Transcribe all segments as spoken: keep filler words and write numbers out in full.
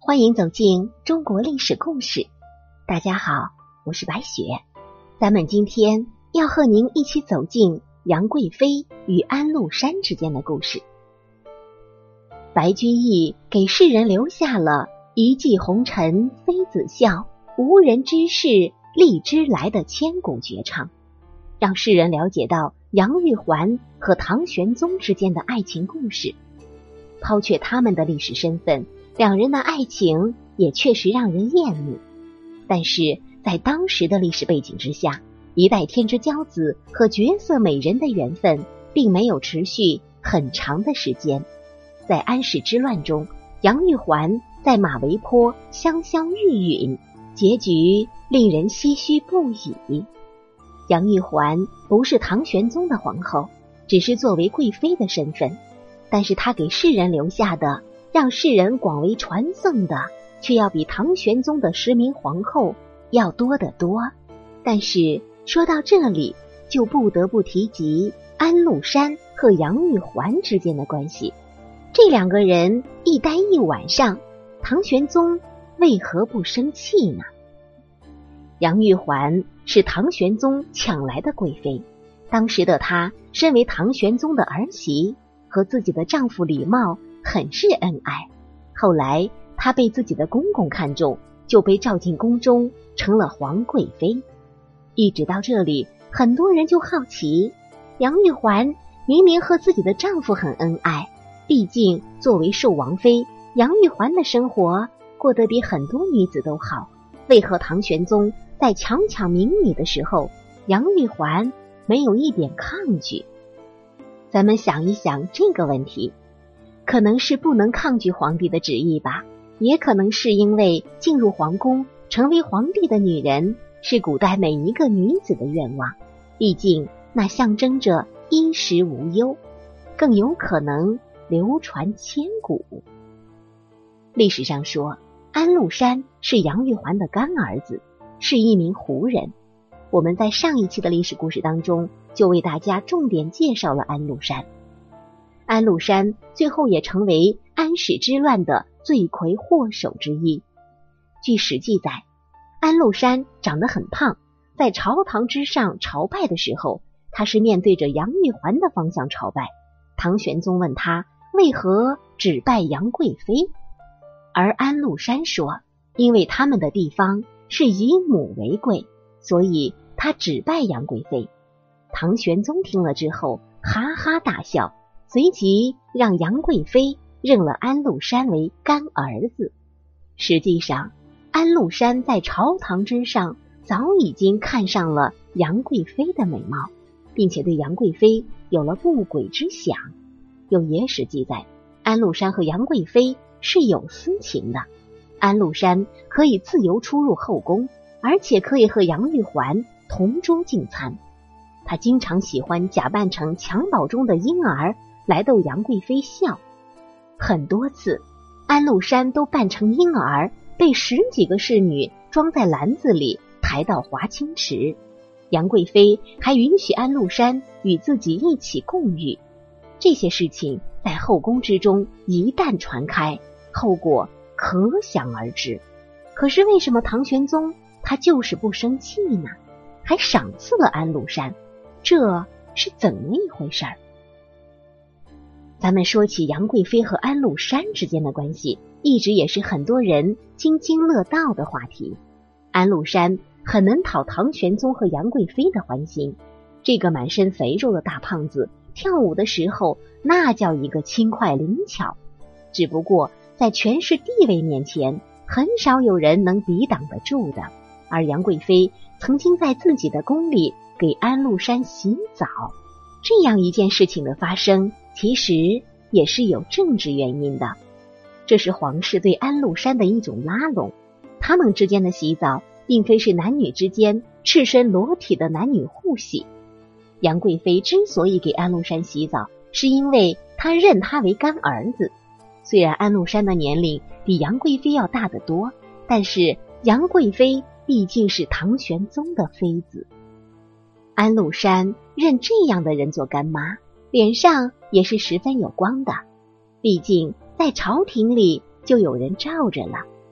欢迎走进中国历史故事。大家好，我是白雪。咱们今天要和您一起走进杨贵妃与安禄山之间的故事。白居易给世人留下了一骑红尘妃子笑，无人知是荔枝来的千古绝唱，让世人了解到杨玉环和唐玄宗之间的爱情故事。抛却他们的历史身份，两人的爱情也确实让人厌恶，但是在当时的历史背景之下，一代天之骄子和绝色美人的缘分并没有持续很长的时间。在安史之乱中，杨玉环在马嵬坡香消玉殒，结局令人唏嘘不已。杨玉环不是唐玄宗的皇后，只是作为贵妃的身份，但是她给世人留下的让世人广为传颂的，却要比唐玄宗的十名皇后要多得多。但是说到这里，就不得不提及安禄山和杨玉环之间的关系。这两个人一待一晚上，唐玄宗为何不生气呢？杨玉环是唐玄宗抢来的贵妃，当时的她身为唐玄宗的儿媳，和自己的丈夫李瑁很是恩爱。后来她被自己的公公看中，就被召进宫中，成了皇贵妃。一直到这里，很多人就好奇，杨玉环明明和自己的丈夫很恩爱，毕竟作为寿王妃，杨玉环的生活过得比很多女子都好，为何唐玄宗在强抢民女的时候，杨玉环没有一点抗拒？咱们想一想这个问题，可能是不能抗拒皇帝的旨意吧，也可能是因为进入皇宫成为皇帝的女人是古代每一个女子的愿望，毕竟那象征着衣食无忧，更有可能流传千古。历史上说，安禄山是杨玉环的干儿子，是一名胡人。我们在上一期的历史故事当中就为大家重点介绍了安禄山。安禄山最后也成为安史之乱的罪魁祸首之一。据史记载，安禄山长得很胖，在朝堂之上朝拜的时候，他是面对着杨玉环的方向朝拜。唐玄宗问他为何只拜杨贵妃，而安禄山说，因为他们的地方是以母为贵，所以他只拜杨贵妃。唐玄宗听了之后哈哈大笑，随即让杨贵妃认了安禄山为干儿子。实际上，安禄山在朝堂之上早已经看上了杨贵妃的美貌，并且对杨贵妃有了不轨之想。有野史记载，安禄山和杨贵妃是有私情的。安禄山可以自由出入后宫，而且可以和杨玉环同桌进餐。他经常喜欢假扮成襁褓中的婴儿来逗杨贵妃笑。很多次，安禄山都扮成婴儿，被十几个侍女装在篮子里抬到华清池。杨贵妃还允许安禄山与自己一起共浴。这些事情在后宫之中一旦传开，后果可想而知。可是为什么唐玄宗他就是不生气呢？还赏赐了安禄山，这是怎么一回事儿？咱们说起杨贵妃和安禄山之间的关系，一直也是很多人津津乐道的话题。安禄山很能讨唐玄宗和杨贵妃的欢心，这个满身肥肉的大胖子跳舞的时候那叫一个轻快灵巧，只不过在权势地位面前，很少有人能抵挡得住的。而杨贵妃曾经在自己的宫里给安禄山洗澡，这样一件事情的发生，其实也是有政治原因的。这是皇室对安禄山的一种拉拢，他们之间的洗澡并非是男女之间赤身裸体的男女互洗。杨贵妃之所以给安禄山洗澡，是因为她认他为干儿子。虽然安禄山的年龄比杨贵妃要大得多，但是杨贵妃毕竟是唐玄宗的妃子。安禄山认这样的人做干妈，脸上也是十分有光的。毕竟在朝廷里就有人罩着了，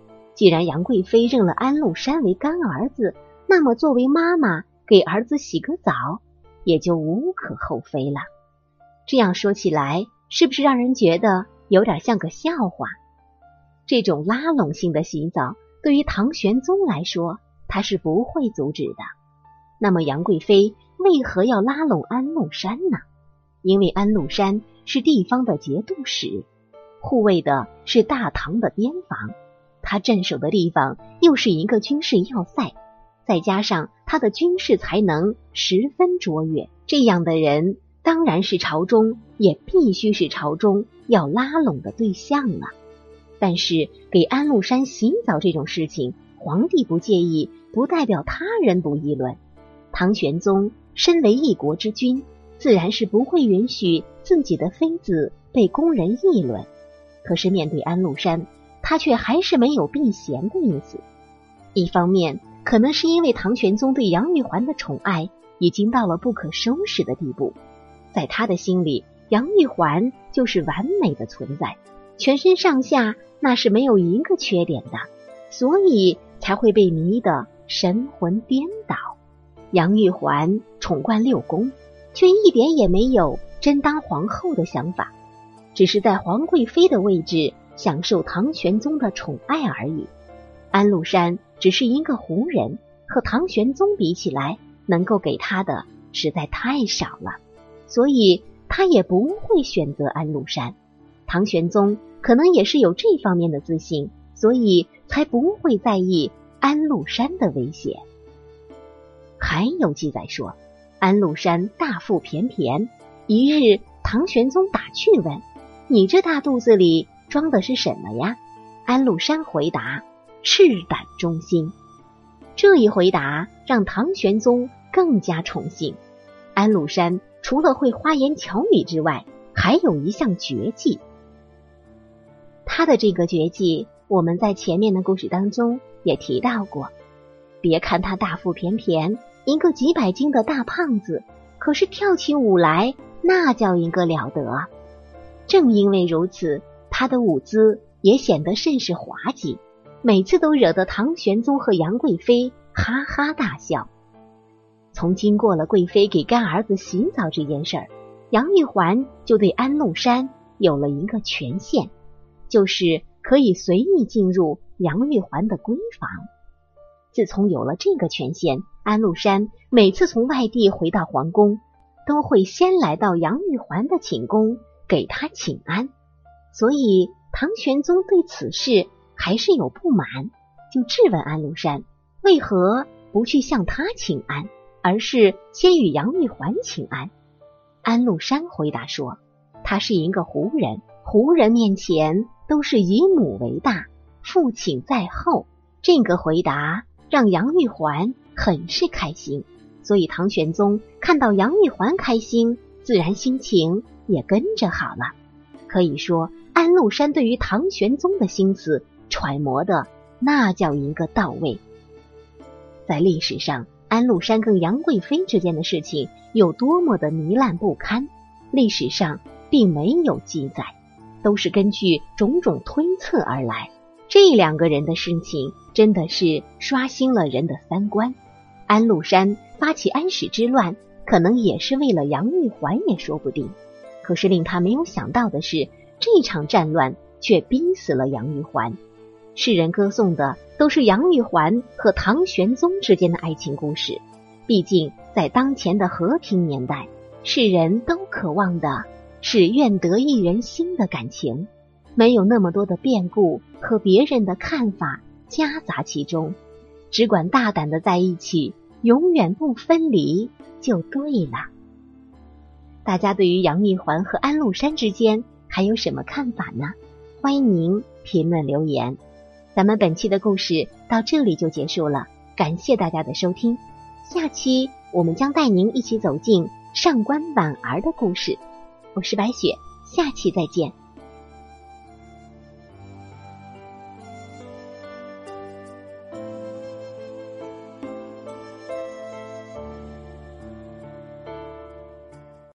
既然杨贵妃认了安禄山为干儿子，那么作为妈妈给儿子洗个澡也就无可厚非了。这样说起来，是不是让人觉得有点像个笑话？这种拉拢性的洗澡对于唐玄宗来说，他是不会阻止的。那么杨贵妃为何要拉拢安禄山呢？因为安禄山是地方的节度使，护卫的是大唐的边防，他镇守的地方又是一个军事要塞，再加上他的军事才能十分卓越，这样的人当然是朝中，也必须是朝中要拉拢的对象了。但是给安禄山洗澡这种事情，皇帝不介意，不代表他人不议论。唐玄宗身为一国之君，自然是不会允许自己的妃子被宫人议论。可是面对安禄山，他却还是没有避嫌的意思。一方面可能是因为唐玄宗对杨玉环的宠爱已经到了不可收拾的地步，在他的心里，杨玉环就是完美的存在，全身上下那是没有一个缺点的，所以才会被迷得神魂颠倒。杨玉环宠冠六宫，却一点也没有真当皇后的想法，只是在皇贵妃的位置享受唐玄宗的宠爱而已。安禄山只是一个胡人，和唐玄宗比起来，能够给他的实在太少了，所以他也不会选择安禄山。唐玄宗可能也是有这方面的自信，所以才不会在意安禄山的威胁。还有记载说，安禄山大腹便便，一日唐玄宗打趣问：你这大肚子里装的是什么呀？安禄山回答：赤胆忠心。这一回答让唐玄宗更加宠幸。安禄山除了会花言巧语之外，还有一项绝技。他的这个绝技我们在前面的故事当中也提到过。别看他大腹便便，一个几百斤的大胖子，可是跳起舞来那叫一个了得。正因为如此，他的舞姿也显得甚是滑稽，每次都惹得唐玄宗和杨贵妃哈哈大笑。从经过了贵妃给干儿子洗澡这件事儿，杨玉环就对安禄山有了一个权限，就是可以随意进入杨玉环的闺房。自从有了这个权限，安禄山每次从外地回到皇宫，都会先来到杨玉环的寝宫给他请安。所以唐玄宗对此事还是有不满，就质问安禄山为何不去向他请安，而是先与杨玉环请安。安禄山回答说，他是一个胡人，胡人面前都是以母为大，父请在后。这个回答让杨玉环很是开心，所以唐玄宗看到杨玉环开心，自然心情也跟着好了。可以说安禄山对于唐玄宗的心思揣摩的那叫一个到位。在历史上，安禄山跟杨贵妃之间的事情有多么的糜烂不堪，历史上并没有记载，都是根据种种推测而来。这两个人的事情真的是刷新了人的三观。安禄山发起安史之乱，可能也是为了杨玉环也说不定。可是令他没有想到的是，这场战乱却逼死了杨玉环。世人歌颂的都是杨玉环和唐玄宗之间的爱情故事，毕竟在当前的和平年代，世人都渴望的是愿得一人心的感情，没有那么多的变故和别人的看法夹杂其中，只管大胆的在一起，永远不分离就对了。大家对于杨玉环和安禄山之间还有什么看法呢？欢迎您评论留言。咱们本期的故事到这里就结束了，感谢大家的收听。下期我们将带您一起走进上官婉儿的故事。我是白雪，下期再见。